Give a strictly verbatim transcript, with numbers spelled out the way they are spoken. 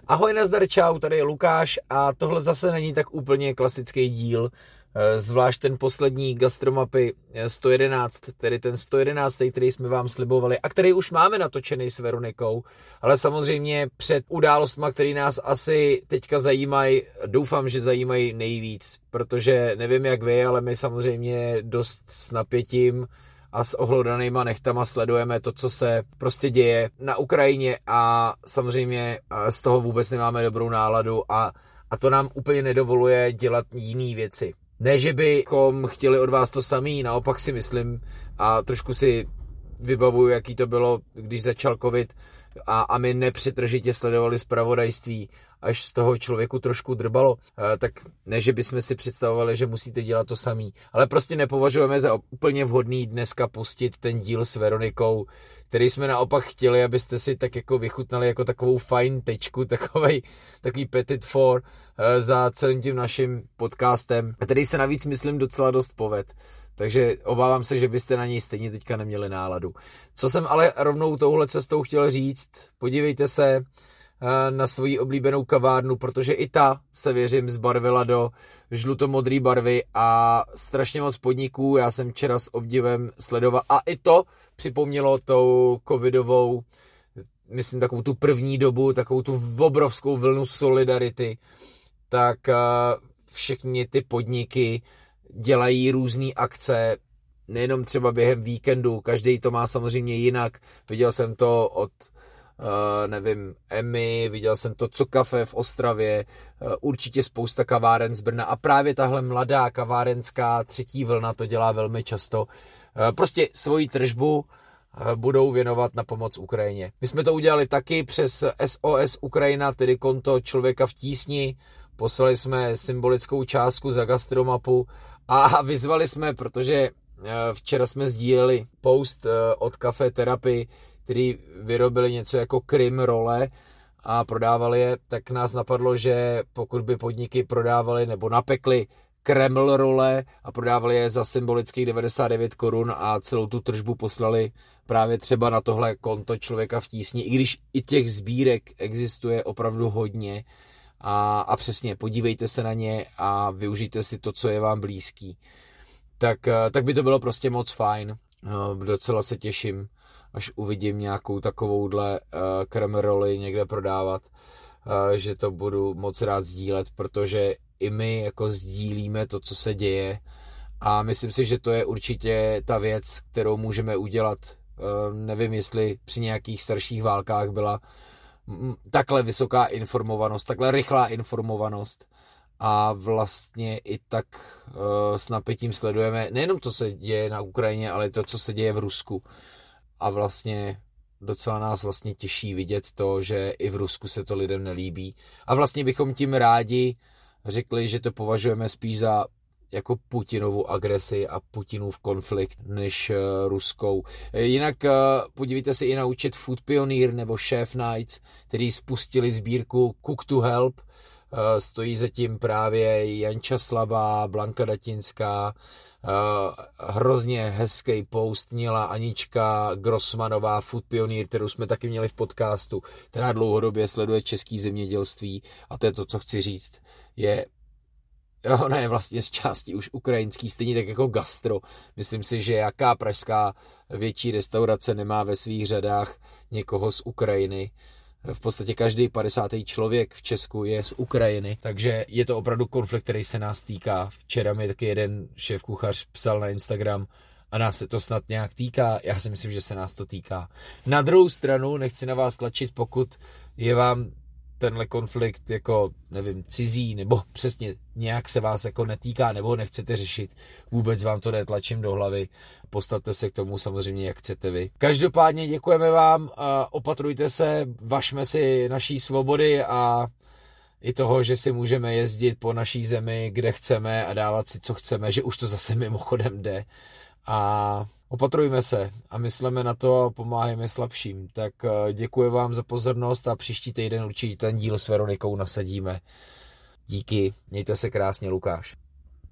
Ahoj, nazdar, čau, tady je Lukáš a tohle zase není tak úplně klasický díl, zvlášť ten poslední Gastromapy sto jedenáct, tedy ten sto jedenáctý, který jsme vám slibovali a který už máme natočený s Veronikou, ale samozřejmě před událostma, které nás asi teďka zajímají, doufám, že zajímají nejvíc, protože nevím jak vy, ale my samozřejmě dost s napětím a s ohlodanýma nechtama sledujeme to, co se prostě děje na Ukrajině a samozřejmě z toho vůbec nemáme dobrou náladu a, a to nám úplně nedovoluje dělat jiný věci. Ne, že bychom chtěli od vás to samý, naopak si myslím a trošku si vybavuju, jaký to bylo, když začal covid a, a my nepřetržitě sledovali zpravodajství, až z toho člověku trošku drbalo, tak ne, že bychom si představovali, že musíte dělat to samý, ale prostě nepovažujeme za úplně vhodný dneska pustit ten díl s Veronikou, který jsme naopak chtěli, abyste si tak jako vychutnali jako takovou fajn tečku, takovej, takový petit four za celým tím naším podcastem, který se navíc myslím docela dost poved. Takže obávám se, že byste na něj stejně teďka neměli náladu. Co jsem ale rovnou touhle cestou chtěl říct, podívejte se na svoji oblíbenou kavárnu, protože i ta se věřím zbarvila do žlutomodré barvy a strašně moc podniků. Já jsem včera s obdivem sledoval a i to připomnělo tou covidovou, myslím takovou tu první dobu, takovou tu obrovskou vlnu solidarity, tak všechny ty podniky dělají různé akce, nejenom třeba během víkendu, každý to má samozřejmě jinak. Viděl jsem to od Uh, nevím, Emmy, viděl jsem to Co kafe v Ostravě, uh, určitě spousta kaváren z Brna a právě tahle mladá kavárenská třetí vlna to dělá velmi často. Uh, prostě svoji tržbu uh, budou věnovat na pomoc Ukrajině. My jsme to udělali taky přes S O S Ukrajina, tedy konto Člověka v tísni, poslali jsme symbolickou částku za Gastromapu a vyzvali jsme, protože uh, včera jsme sdíleli post uh, od Café Therapy, který vyrobili něco jako krim role a prodávali je, tak nás napadlo, že pokud by podniky prodávali nebo napekli Kreml role a prodávali je za symbolických devadesát devět korun a celou tu tržbu poslali právě třeba na tohle konto Člověka v tísni, i když i těch sbírek existuje opravdu hodně a, a přesně podívejte se na ně a využijte si to, co je vám blízký. Tak, tak by to bylo prostě moc fajn, docela se těším, až uvidím nějakou takovouhle uh, krem roli někde prodávat, uh, že to budu moc rád sdílet, protože i my jako sdílíme to, co se děje a myslím si, že to je určitě ta věc, kterou můžeme udělat. Uh, nevím, jestli při nějakých starších válkách byla m- takhle vysoká informovanost, takhle rychlá informovanost a vlastně i tak uh, s napětím sledujeme nejenom to, co se děje na Ukrajině, ale to, co se děje v Rusku. A vlastně docela nás vlastně těší vidět to, že i v Rusku se to lidem nelíbí. A vlastně bychom tím rádi řekli, že to považujeme spíš za jako Putinovu agresi a Putinův konflikt, než uh, ruskou. Jinak uh, podívejte se i na účet Food Pioneer nebo Chef Nights, který spustili sbírku Cook to Help. Uh, stojí zatím právě Janča Slabá, Blanka Datinská, Uh, hrozně hezký post měla Anička Grossmanová, Food Pioneer, kterou jsme taky měli v podcastu, která dlouhodobě sleduje český zemědělství a to je to, co chci říct, je ona je vlastně z části už ukrajinský, stejně tak jako gastro. Myslím si, že jaká pražská větší restaurace nemá ve svých řadách někoho z Ukrajiny. V podstatě každý padesátý člověk v Česku je z Ukrajiny, takže je to opravdu konflikt, který se nás týká. Včera mi taky jeden šéfkuchař psal na Instagram a nás se to snad nějak týká. Já si myslím, že se nás to týká. Na druhou stranu nechci na vás tlačit, pokud je vám tenhle konflikt jako, nevím, cizí, nebo přesně nějak se vás jako netýká, nebo ho nechcete řešit, vůbec vám to netlačím do hlavy, postavte se k tomu samozřejmě, jak chcete vy. Každopádně děkujeme vám, opatrujte se, važme si naší svobody a i toho, že si můžeme jezdit po naší zemi, kde chceme a dávat si, co chceme, že už to zase mimochodem jde. A opatrujme se a myslíme na to a pomáhejme slabším. Tak děkuji vám za pozornost a příští týden určitě ten díl s Veronikou nasadíme. Díky, mějte se krásně, Lukáš.